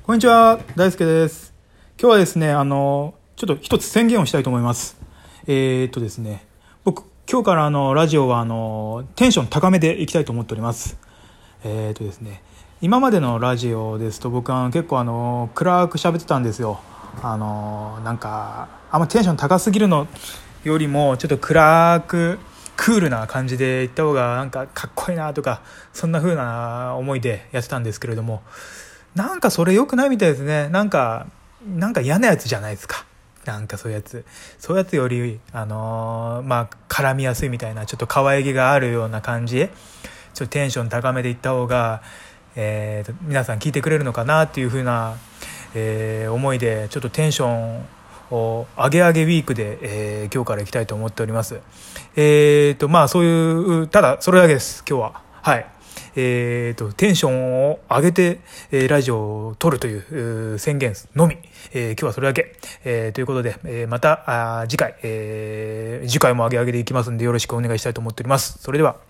こんにちは、大輔です。今日はですね、ちょっと一つ宣言をしたいと思います。ですね、僕、今日からラジオはテンション高めでいきたいと思っております。ですね、今までのラジオですと僕は結構暗く喋ってたんですよ。なんか、あんまテンション高すぎるのよりも、ちょっと暗く、クールな感じで行った方がなんかかっこいいなとか、そんな風な思いでやってたんですけれども、なんかそれ良くないみたいですね。なんか嫌なやつじゃないですか。なんかそういうやつより、絡みやすいみたいな、ちょっと可愛げがあるような感じで、ちょっとテンション高めでいった方が、皆さん聞いてくれるのかなっていう風な、思いで、ちょっとテンションを上げウィークで、今日から行きたいと思っております。そういう、ただそれだけです、今日は。はい。テンションを上げて、ラジオを撮るという宣言のみ、今日はそれだけ、ということで、また次回も上げでいきますんでよろしくお願いしたいと思っております。それでは。